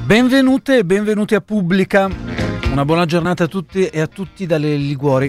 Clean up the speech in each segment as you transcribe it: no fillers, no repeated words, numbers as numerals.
Benvenute e benvenuti a Pubblica. Una buona giornata a tutti e a tutti dalle Liguori.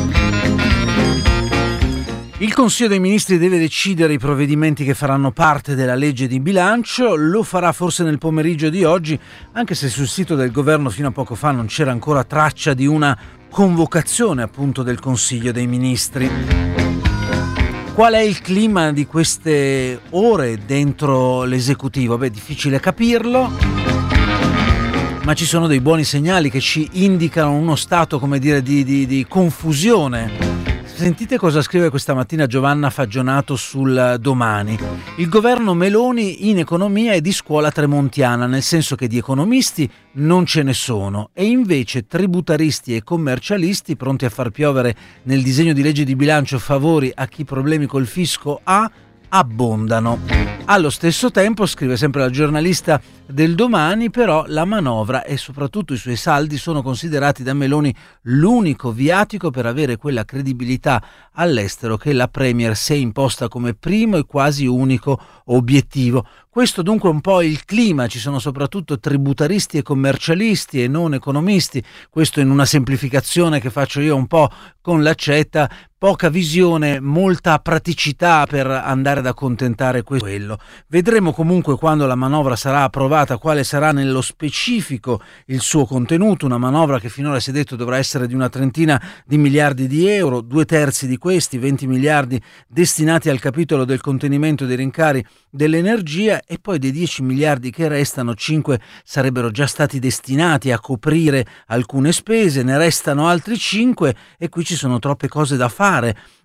Il Consiglio dei Ministri deve decidere i provvedimenti che faranno parte della legge di bilancio. Lo farà forse nel pomeriggio di oggi, anche se sul sito del governo fino a poco fa non c'era ancora traccia di una convocazione appunto del Consiglio dei Ministri. Qual è il clima di queste ore dentro l'esecutivo? Difficile capirlo, ma ci sono dei buoni segnali che ci indicano uno stato, come dire, di confusione. Sentite cosa scrive questa mattina Giovanna Fagionato sul Domani. Il governo Meloni in economia è di scuola tremontiana, nel senso che di economisti non ce ne sono e invece tributaristi e commercialisti pronti a far piovere nel disegno di legge di bilancio favori a chi problemi col fisco ha abbondano. Allo stesso tempo, scrive sempre la giornalista del Domani, però la manovra e soprattutto i suoi saldi sono considerati da Meloni l'unico viatico per avere quella credibilità all'estero che la Premier si è imposta come primo e quasi unico obiettivo. Questo dunque è un po' il clima, ci sono soprattutto tributaristi e commercialisti e non economisti, questo in una semplificazione che faccio io un po' con l'accetta, poca visione, molta praticità per andare ad accontentare quello. Vedremo comunque quando la manovra sarà approvata quale sarà nello specifico il suo contenuto, una manovra che finora si è detto dovrà essere di una trentina di miliardi di euro, 2/3 di questi, 20 miliardi destinati al capitolo del contenimento dei rincari dell'energia e poi dei 10 miliardi che restano 5 sarebbero già stati destinati a coprire alcune spese, ne restano altri 5 e qui ci sono troppe cose da fare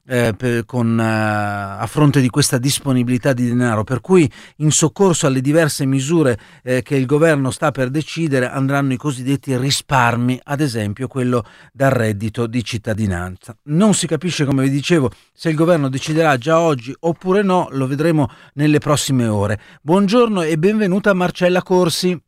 a fronte di questa disponibilità di denaro, per cui in soccorso alle diverse misure che il governo sta per decidere andranno i cosiddetti risparmi, ad esempio quello dal reddito di cittadinanza. Non si capisce, come vi dicevo, se il governo deciderà già oggi oppure no, lo vedremo nelle prossime ore. Buongiorno e benvenuta Marcella Corsi.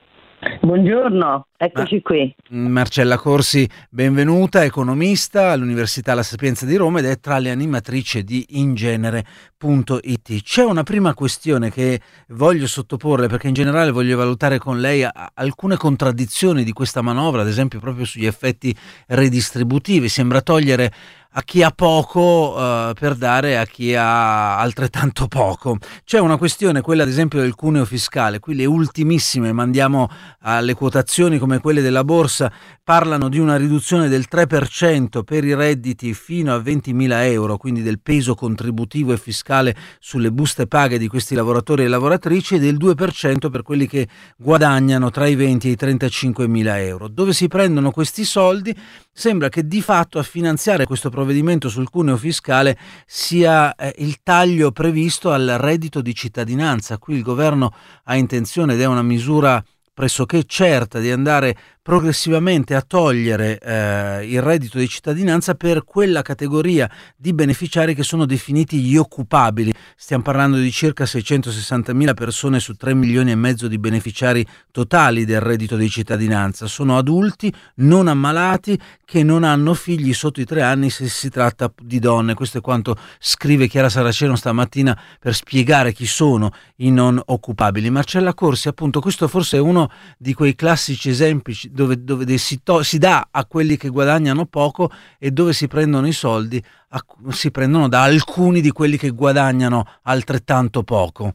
Buongiorno, eccoci qui. Marcella Corsi, benvenuta, economista all'Università La Sapienza di Roma ed è tra le animatrici di ingenere.it. C'è una prima questione che voglio sottoporle perché in generale voglio valutare con lei alcune contraddizioni di questa manovra, ad esempio proprio sugli effetti redistributivi. Sembra togliere a chi ha poco per dare a chi ha altrettanto poco. C'è una questione, quella ad esempio del cuneo fiscale, qui le ultimissime, mandiamo alle quotazioni come quelle della borsa, parlano di una riduzione del 3% per i redditi fino a 20.000 euro, quindi del peso contributivo e fiscale sulle buste paghe di questi lavoratori e lavoratrici e del 2% per quelli che guadagnano tra i 20 e i 35.000 euro. Dove si prendono questi soldi? Sembra che di fatto a finanziare questo provvedimento sul cuneo fiscale sia il taglio previsto al reddito di cittadinanza. Qui il governo ha intenzione, ed è una misura pressoché certa, di andare progressivamente a togliere il reddito di cittadinanza per quella categoria di beneficiari che sono definiti gli occupabili. Stiamo parlando di circa 660.000 persone su 3 milioni e mezzo di beneficiari totali del reddito di cittadinanza. Sono adulti non ammalati che non hanno figli sotto i 3 anni se si tratta di donne. Questo è quanto scrive Chiara Saraceno stamattina per spiegare chi sono i non occupabili. Marcella Corsi, appunto, questo forse è uno di quei classici esempi dove si dà a quelli che guadagnano poco e dove si prendono i soldi, si prendono da alcuni di quelli che guadagnano altrettanto poco.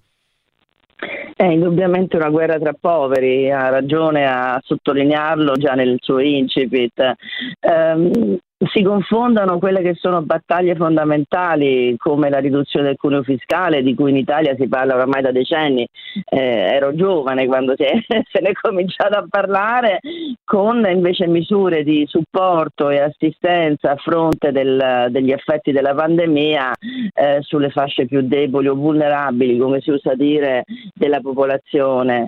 È indubbiamente una guerra tra poveri, ha ragione a sottolinearlo già nel suo incipit. Si confondono quelle che sono battaglie fondamentali come la riduzione del cuneo fiscale, di cui in Italia si parla oramai da decenni. Ero giovane quando se ne è cominciato a parlare, con invece misure di supporto e assistenza a fronte degli effetti della pandemia sulle fasce più deboli o vulnerabili, come si usa dire, della popolazione.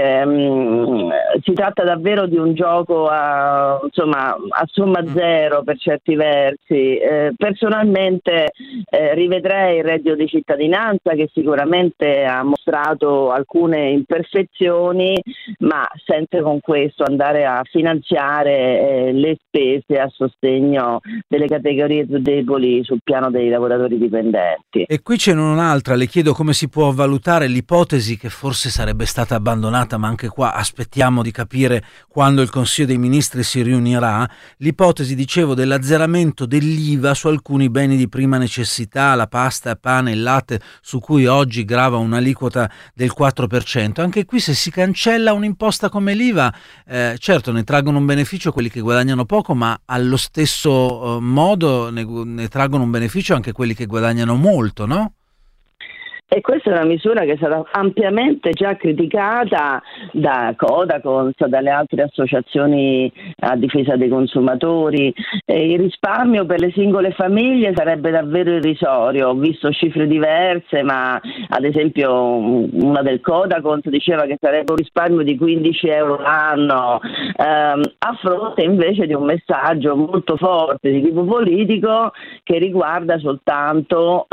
Si tratta davvero di un gioco a somma zero, per certi versi. Personalmente rivedrei il reddito di cittadinanza, che sicuramente ha mostrato alcune imperfezioni, ma senza con questo andare a finanziare le spese a sostegno delle categorie più deboli sul piano dei lavoratori dipendenti. E qui c'è un'altra, le chiedo come si può valutare l'ipotesi che forse sarebbe stata abbandonata, ma anche qua aspettiamo di capire quando il Consiglio dei Ministri si riunirà, l'ipotesi, dicevo, dell'azzeramento dell'IVA su alcuni beni di prima necessità, la pasta, il pane, il latte, su cui oggi grava un'aliquota del 4%. Anche qui, se si cancella un'imposta come l'IVA, certo ne traggono un beneficio quelli che guadagnano poco, ma allo stesso modo ne traggono un beneficio anche quelli che guadagnano molto, no? E questa è una misura che è stata ampiamente già criticata da Codacons, dalle altre associazioni a difesa dei consumatori. Il risparmio per le singole famiglie sarebbe davvero irrisorio. Ho visto cifre diverse, ma ad esempio una del Codacons diceva che sarebbe un risparmio di 15 euro l'anno, a fronte invece di un messaggio molto forte di tipo politico che riguarda soltanto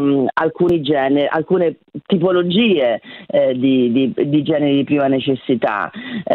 alcune tipologie di generi di prima necessità.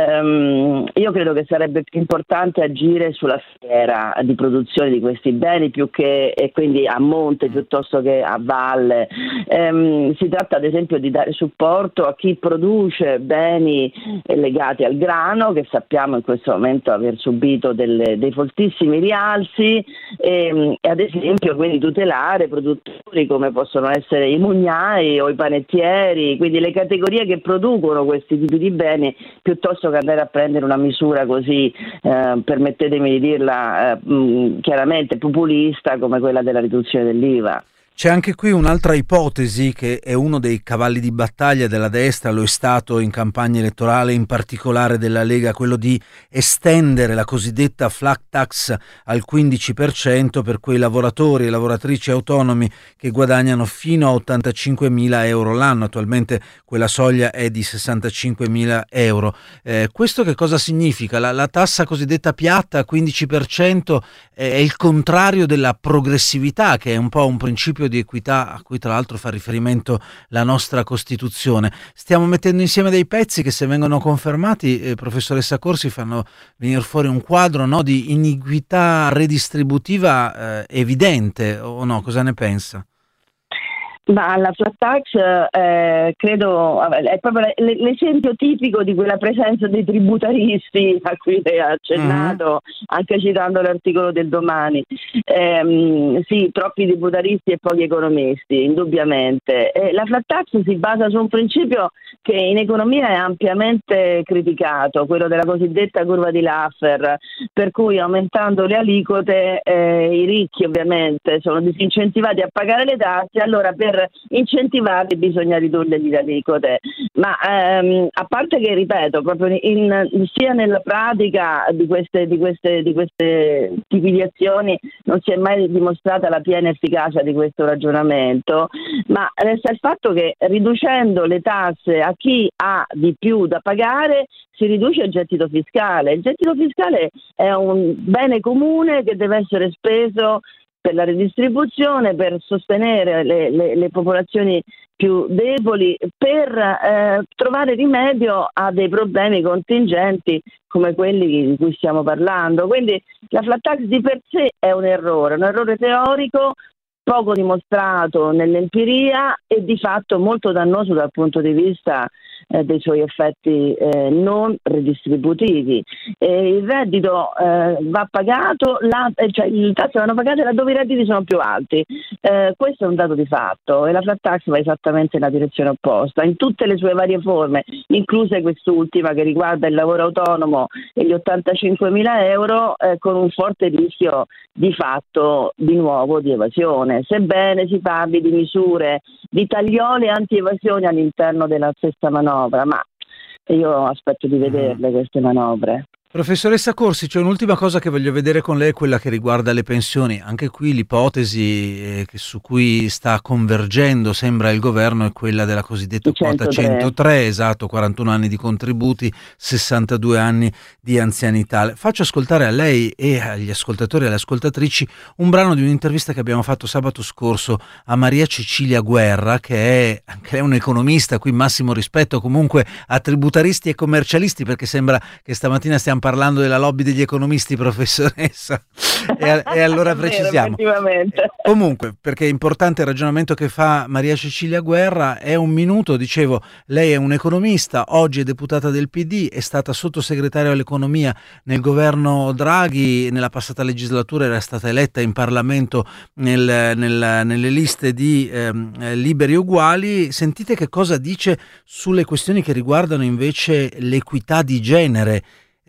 Io credo che sarebbe più importante agire sulla sfera di produzione di questi beni, più che e quindi a monte piuttosto che a valle. Si tratta ad esempio di dare supporto a chi produce beni legati al grano, che sappiamo in questo momento aver subito dei fortissimi rialzi, e ad esempio quindi tutelare produttori come possono essere i mugnai o i panettieri, quindi le categorie che producono questi tipi di beni, piuttosto che andare a prendere una misura così, permettetemi di dirla chiaramente, populista come quella della riduzione dell'IVA. C'è anche qui un'altra ipotesi che è uno dei cavalli di battaglia della destra, lo è stato in campagna elettorale, in particolare della Lega, quello di estendere la cosiddetta flat tax al 15% per quei lavoratori e lavoratrici autonomi che guadagnano fino a 85.000 euro l'anno. Attualmente quella soglia è di 65.000 euro. Questo che cosa significa? La tassa cosiddetta piatta, 15%, è il contrario della progressività, che è un po' un principio di equità a cui tra l'altro fa riferimento la nostra Costituzione. Stiamo mettendo insieme dei pezzi che, se vengono confermati, professoressa Corsi, fanno venire fuori un quadro, no, di iniquità redistributiva evidente, o no? Cosa ne pensa? Ma la flat tax credo è proprio l'esempio tipico di quella presenza dei tributaristi a cui lei ha accennato, anche citando l'articolo del Domani. Sì, troppi tributaristi e pochi economisti, indubbiamente. La flat tax si basa su un principio che in economia è ampiamente criticato, quello della cosiddetta curva di Laffer, per cui aumentando le aliquote i ricchi ovviamente sono disincentivati a pagare le tasse, allora per incentivarli bisogna ridurre le aliquote. Ma a parte che, ripeto, proprio sia nella pratica di queste tipi di azioni non si è mai dimostrata la piena efficacia di questo ragionamento, ma resta il fatto che riducendo le tasse a chi ha di più da pagare si riduce il gettito fiscale. Il gettito fiscale è un bene comune che deve essere speso per la redistribuzione, per sostenere le popolazioni più deboli, per trovare rimedio a dei problemi contingenti come quelli di cui stiamo parlando. Quindi la flat tax di per sé è un errore teorico, poco dimostrato nell'empiria e di fatto molto dannoso dal punto di vista dei suoi effetti non redistributivi. Il reddito va pagato, cioè le tasse vanno pagate laddove i redditi sono più alti. Questo è un dato di fatto e la flat tax va esattamente nella direzione opposta, in tutte le sue varie forme, incluse quest'ultima che riguarda il lavoro autonomo e gli 85.000 euro, con un forte rischio di fatto di nuovo di evasione, sebbene si parli di misure di tagliole anti-evasione all'interno della stessa manovra, ma io aspetto di vederle queste manovre. Professoressa Corsi, c'è un'ultima cosa che voglio vedere con lei, quella che riguarda le pensioni. Anche qui l'ipotesi su cui sta convergendo, sembra il governo, è quella della cosiddetta quota 103, esatto, 41 anni di contributi, 62 anni di anzianità. Faccio ascoltare a lei e agli ascoltatori e alle ascoltatrici un brano di un'intervista che abbiamo fatto sabato scorso a Maria Cecilia Guerra, che è anche lei un economista, qui massimo rispetto comunque a tributaristi e commercialisti, perché sembra che stamattina stiamo parlando della lobby degli economisti, professoressa, e allora precisiamo. Comunque, perché è importante il ragionamento che fa Maria Cecilia Guerra. È un minuto, dicevo, lei è un economista, oggi è deputata del PD, è stata sottosegretaria all'economia nel governo Draghi, nella passata legislatura era stata eletta in Parlamento nelle liste di Liberi e Uguali. Sentite che cosa dice sulle questioni che riguardano invece l'equità di genere,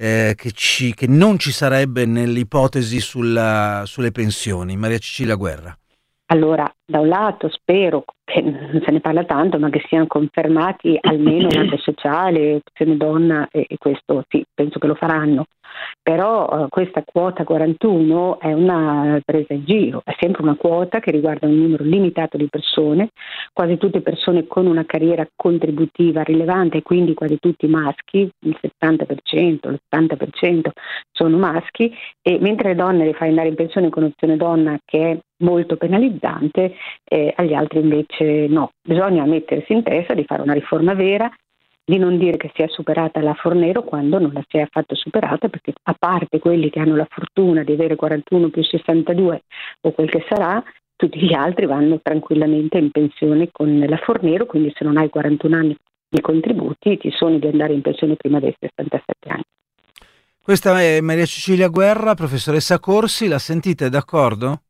che non ci sarebbe nell'ipotesi sulle pensioni. Maria Cecilia Guerra. Allora, da un lato spero che non se ne parla tanto, ma che siano confermati almeno l'ante sociale, opzione donna, e questo sì, penso che lo faranno. Però questa quota 41 è una presa in giro, è sempre una quota che riguarda un numero limitato di persone, quasi tutte persone con una carriera contributiva rilevante, quindi quasi tutti maschi, il 70%, l'80% sono maschi, e mentre le donne le fai andare in pensione con opzione donna, che è molto penalizzante, agli altri invece no. Bisogna mettersi in testa di fare una riforma vera, di non dire che sia superata la Fornero quando non la si è affatto superata, perché a parte quelli che hanno la fortuna di avere 41 più 62 o quel che sarà, tutti gli altri vanno tranquillamente in pensione con la Fornero, quindi se non hai 41 anni di contributi ti sono di andare in pensione prima dei 67 anni. Questa è Maria Cecilia Guerra. Professoressa Corsi, la sentite, d'accordo?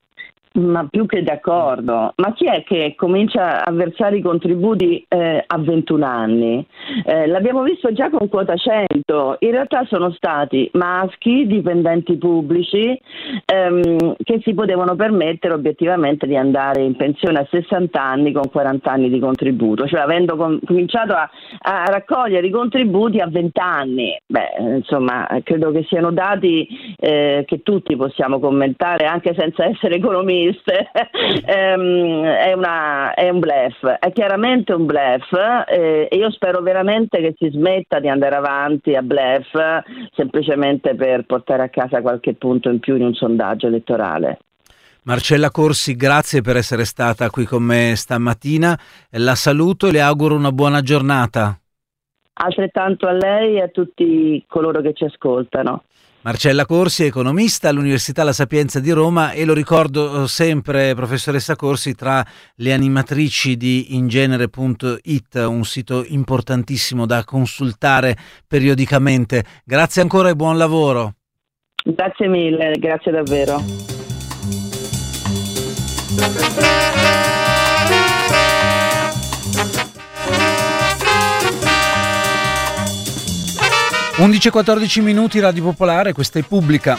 Ma più che d'accordo, ma chi è che comincia a versare i contributi a 21 anni? L'abbiamo visto già con quota 100, in realtà sono stati maschi, dipendenti pubblici, che si potevano permettere obiettivamente di andare in pensione a 60 anni con 40 anni di contributo, cioè avendo cominciato a raccogliere i contributi a 20 anni. Insomma, credo che siano dati che tutti possiamo commentare anche senza essere economisti. È un bluff, è chiaramente un bluff, e io spero veramente che si smetta di andare avanti a bluff semplicemente per portare a casa qualche punto in più in un sondaggio elettorale. Marcella Corsi, grazie per essere stata qui con me stamattina, la saluto e le auguro una buona giornata. Altrettanto a lei e a tutti coloro che ci ascoltano. Marcella Corsi, economista all'Università La Sapienza di Roma, e lo ricordo sempre, professoressa Corsi, tra le animatrici di ingenere.it, un sito importantissimo da consultare periodicamente. Grazie ancora e buon lavoro. Grazie mille, grazie davvero. 11:14 minuti, Radio Popolare, questa è Pubblica.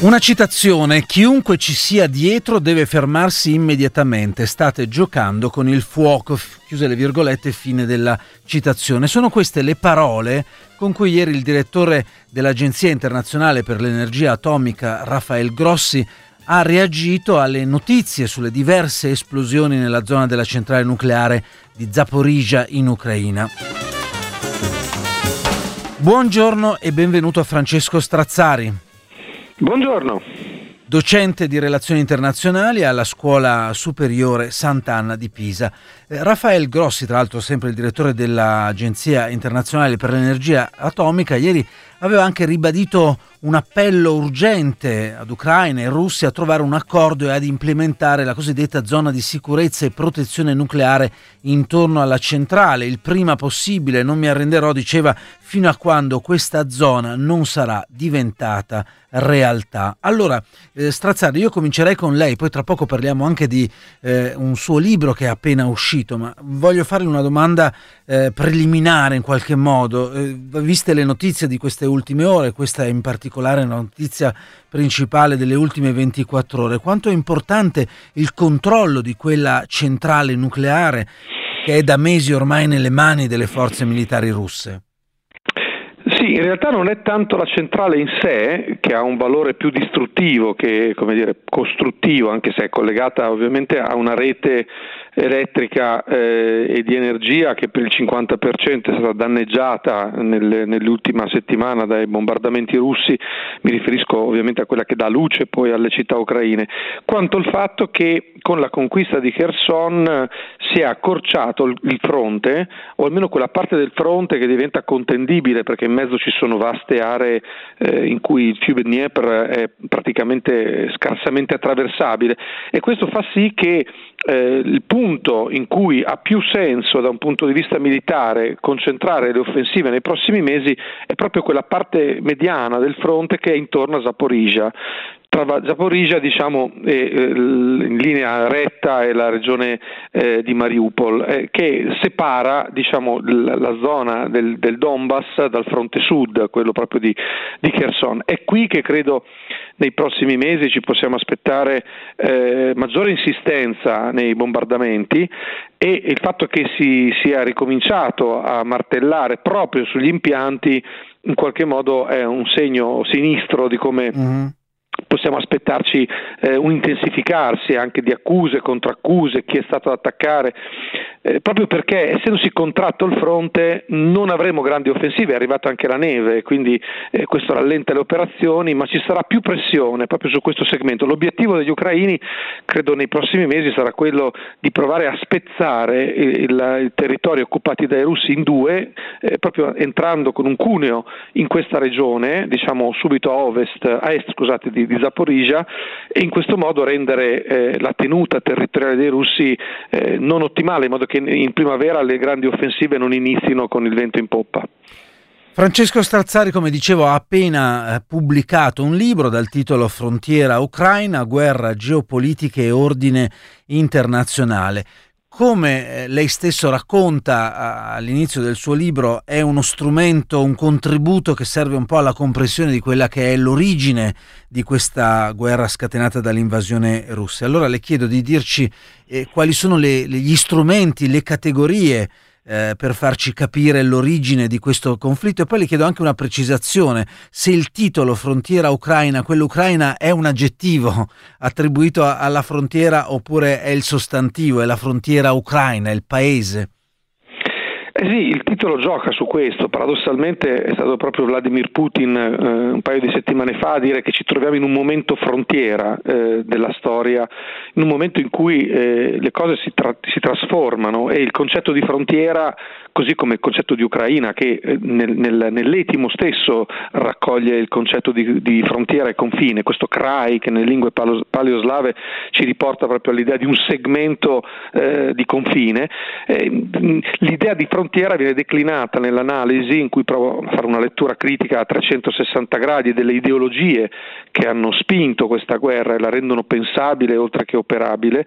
Una citazione: chiunque ci sia dietro deve fermarsi immediatamente, state giocando con il fuoco, chiuse le virgolette, fine della citazione. Sono queste le parole con cui ieri il direttore dell'Agenzia Internazionale per l'Energia Atomica, Rafael Grossi, ha reagito alle notizie sulle diverse esplosioni nella zona della centrale nucleare di Zaporizhzhia in Ucraina. Buongiorno e benvenuto a Francesco Strazzari. Buongiorno. Docente di relazioni internazionali alla Scuola Superiore Sant'Anna di Pisa. Rafael Grossi, tra l'altro sempre il direttore dell'Agenzia Internazionale per l'Energia Atomica, ieri aveva anche ribadito un appello urgente ad Ucraina e Russia a trovare un accordo e ad implementare la cosiddetta zona di sicurezza e protezione nucleare intorno alla centrale, il prima possibile. Non mi arrenderò, diceva, fino a quando questa zona non sarà diventata realtà. Allora, Strazzari, io comincerei con lei, poi tra poco parliamo anche di un suo libro che è appena uscito, ma voglio farle una domanda preliminare in qualche modo. Viste le notizie di queste ultime ore, questa è in particolare una notizia principale delle ultime 24 ore, quanto è importante il controllo di quella centrale nucleare che è da mesi ormai nelle mani delle forze militari russe? Sì, in realtà non è tanto la centrale in sé che ha un valore più distruttivo che, come dire, costruttivo, anche se è collegata ovviamente a una rete elettrica e di energia che per il 50% è stata danneggiata nell'ultima settimana dai bombardamenti russi. Mi riferisco ovviamente a quella che dà luce poi alle città ucraine, quanto il fatto che con la conquista di Kherson si è accorciato il fronte, o almeno quella parte del fronte che diventa contendibile, perché in mezzo ci sono vaste aree in cui il fiume Dnieper è praticamente scarsamente attraversabile, e questo fa sì che il punto in cui ha più senso da un punto di vista militare concentrare le offensive nei prossimi mesi è proprio quella parte mediana del fronte che è intorno a Zaporizhzhia. Tra Zaporizhzhia, diciamo, in linea retta è la regione di Mariupol, che separa, diciamo, la zona del Donbass dal fronte sud, quello proprio di Kherson. È qui che credo nei prossimi mesi ci possiamo aspettare maggiore insistenza nei bombardamenti, e il fatto che si sia ricominciato a martellare proprio sugli impianti in qualche modo è un segno sinistro di come possiamo aspettarci un intensificarsi anche di accuse, contraccuse, chi è stato ad attaccare, proprio perché essendosi contratto il fronte non avremo grandi offensive, è arrivata anche la neve, quindi questo rallenta le operazioni, ma ci sarà più pressione proprio su questo segmento. L'obiettivo degli ucraini, credo nei prossimi mesi, sarà quello di provare a spezzare i territori occupati dai russi in due, proprio entrando con un cuneo in questa regione, diciamo subito a est di Zaporizhzhia, e in questo modo rendere la tenuta territoriale dei russi non ottimale, in modo che in primavera le grandi offensive non inizino con il vento in poppa. Francesco Strazzari, come dicevo, ha appena pubblicato un libro dal titolo Frontiera Ucraina, guerra, geopolitiche e ordine internazionale. Come lei stesso racconta all'inizio del suo libro, è uno strumento, un contributo che serve un po' alla comprensione di quella che è l'origine di questa guerra scatenata dall'invasione russa. Allora le chiedo di dirci quali sono gli strumenti, le categorie per farci capire l'origine di questo conflitto, e poi le chiedo anche una precisazione: se il titolo Frontiera Ucraina, quella ucraina, è un aggettivo attribuito alla frontiera oppure è il sostantivo, è la frontiera ucraina, è il paese. Sì, il titolo gioca su questo. Paradossalmente è stato proprio Vladimir Putin un paio di settimane fa a dire che ci troviamo in un momento frontiera della storia, in un momento in cui le cose si trasformano, e il concetto di frontiera, così come il concetto di Ucraina, che nell'etimo stesso raccoglie il concetto di frontiera e confine, questo kraj che nelle lingue paleoslave ci riporta proprio all'idea di un segmento di confine, l'idea di frontiera frontiera viene declinata nell'analisi, in cui provo a fare una lettura critica a 360 gradi delle ideologie che hanno spinto questa guerra e la rendono pensabile oltre che operabile,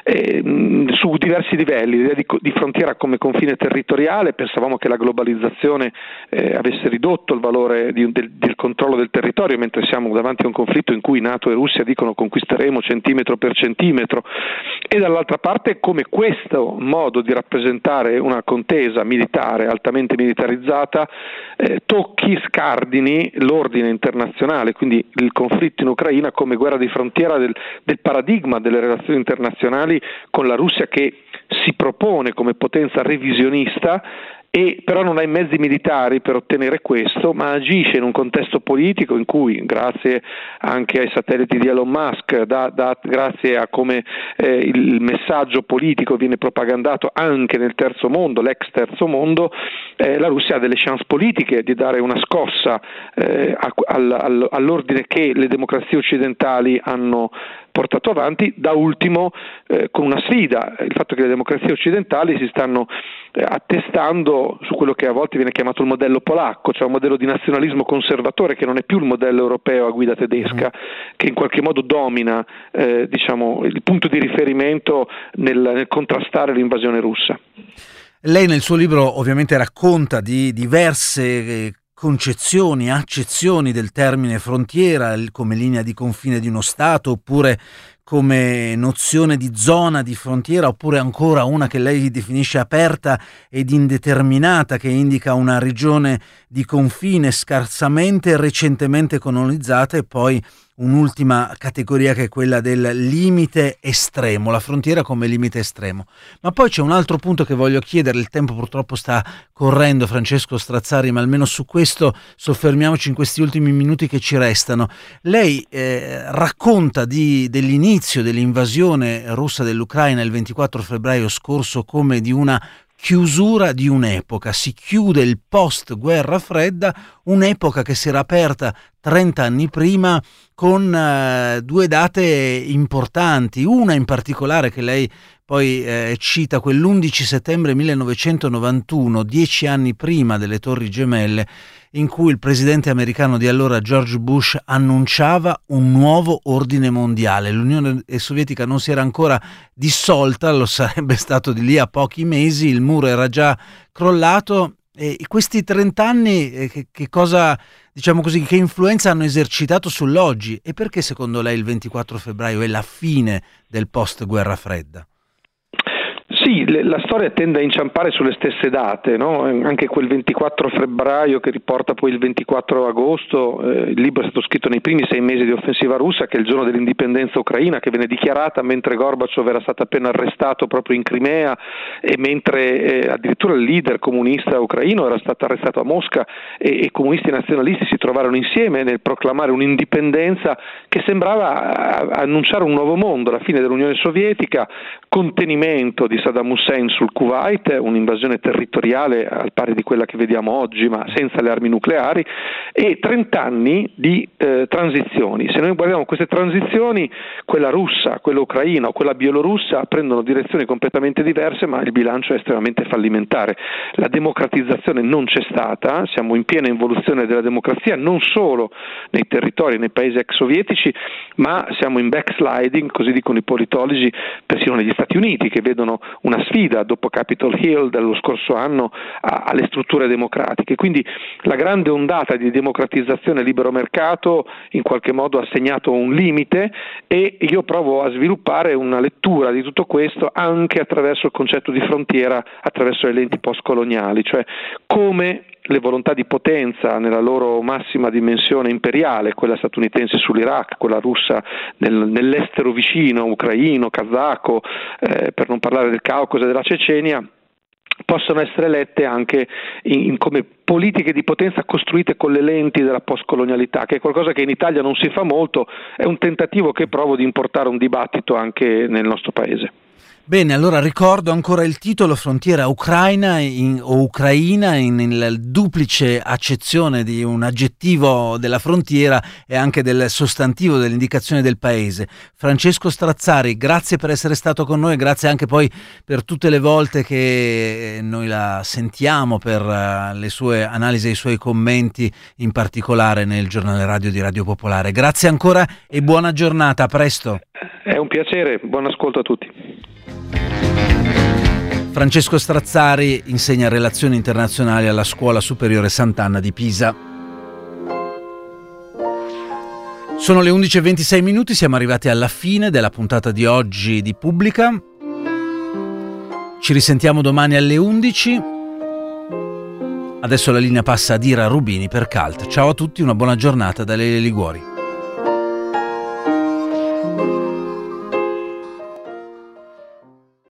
su diversi livelli. L'idea di frontiera come confine territoriale: pensavamo che la globalizzazione avesse ridotto il valore del controllo del territorio, mentre siamo davanti a un conflitto in cui NATO e Russia dicono conquisteremo centimetro per centimetro, e dall'altra parte come questo modo di rappresentare una contesa militare altamente militarizzata tocchi, scardini l'ordine internazionale, quindi il conflitto in Ucraina come guerra di frontiera del paradigma delle relazioni internazionali con la Russia, che si propone come potenza revisionista e però non ha i mezzi militari per ottenere questo, ma agisce in un contesto politico in cui, grazie anche ai satelliti di Elon Musk, grazie a come il messaggio politico viene propagandato anche nel terzo mondo, l'ex terzo mondo, la Russia ha delle chance politiche di dare una scossa all'ordine che le democrazie occidentali hanno portato avanti, da ultimo con una sfida: il fatto che le democrazie occidentali si stanno attestando su quello che a volte viene chiamato il modello polacco, cioè un modello di nazionalismo conservatore che non è più il modello europeo a guida tedesca, che in qualche modo domina il punto di riferimento nel contrastare l'invasione russa. Lei nel suo libro ovviamente racconta di diverse concezioni, accezioni del termine frontiera come linea di confine di uno Stato, oppure come nozione di zona di frontiera, oppure ancora una che lei definisce aperta ed indeterminata, che indica una regione di confine scarsamente e recentemente colonizzata, e poi un'ultima categoria che è quella del limite estremo, la frontiera come limite estremo. Ma poi c'è un altro punto che voglio chiedere, il tempo purtroppo sta correndo, Francesco Strazzari, ma almeno su questo soffermiamoci in questi ultimi minuti che ci restano. Lei racconta dell'inizio dell'invasione russa dell'Ucraina il 24 febbraio scorso come di una chiusura di un'epoca. Si chiude il post guerra fredda, un'epoca che si era aperta 30 anni prima con due date importanti, una in particolare che lei poi cita, quell'11 settembre 1991, 10 anni prima delle Torri Gemelle, in cui il presidente americano di allora George Bush annunciava un nuovo ordine mondiale. L'Unione Sovietica non si era ancora dissolta, lo sarebbe stato di lì a pochi mesi, il muro era già crollato. E questi 30 anni che cosa, diciamo così, che influenza hanno esercitato sull'oggi, e perché secondo lei il 24 febbraio è la fine del post guerra fredda? Sì, la storia tende a inciampare sulle stesse date, no? Anche quel 24 febbraio che riporta poi il 24 agosto, il libro è stato scritto nei primi 6 mesi di offensiva russa, che è il giorno dell'indipendenza ucraina, che viene dichiarata mentre Gorbaciov era stato appena arrestato proprio in Crimea, e mentre addirittura il leader comunista ucraino era stato arrestato a Mosca, e comunisti nazionalisti si trovarono insieme nel proclamare un'indipendenza che sembrava annunciare un nuovo mondo, la fine dell'Unione Sovietica, contenimento di Saddam Hussein sul Kuwait, un'invasione territoriale al pari di quella che vediamo oggi ma senza le armi nucleari, e 30 anni di transizioni. Se noi guardiamo queste transizioni, quella russa, quella ucraina o quella bielorussa prendono direzioni completamente diverse, ma il bilancio è estremamente fallimentare. La democratizzazione non c'è stata, siamo in piena involuzione della democrazia non solo nei territori, nei paesi ex sovietici, ma siamo in backsliding, così dicono i politologi, persino negli Stati Uniti, che vedono una sfida dopo Capitol Hill dello scorso anno alle strutture democratiche. Quindi la grande ondata di democratizzazione e libero mercato in qualche modo ha segnato un limite, e io provo a sviluppare una lettura di tutto questo anche attraverso il concetto di frontiera, attraverso le lenti postcoloniali, cioè come le volontà di potenza nella loro massima dimensione imperiale, quella statunitense sull'Iraq, quella russa nell'estero vicino, ucraino, kazako, per non parlare del Caucaso e della Cecenia, possono essere lette anche come politiche di potenza costruite con le lenti della postcolonialità, che è qualcosa che in Italia non si fa molto, è un tentativo che provo di importare un dibattito anche nel nostro paese. Bene, allora ricordo ancora il titolo: frontiera ucraina o ucraina, in duplice accezione di un aggettivo della frontiera e anche del sostantivo, dell'indicazione del paese. Francesco Strazzari, grazie per essere stato con noi, grazie anche poi per tutte le volte che noi la sentiamo, per le sue analisi e i suoi commenti, in particolare nel giornale radio di Radio Popolare. Grazie ancora e buona giornata, a presto. È un piacere, buon ascolto a tutti. Francesco Strazzari insegna relazioni internazionali alla Scuola Superiore Sant'Anna di Pisa. Sono le 11:26, siamo arrivati alla fine della puntata di oggi di Pubblica. Ci risentiamo domani alle 11. Adesso la linea passa ad Ira Rubini per Cult. Ciao a tutti, una buona giornata da Lele Liguori.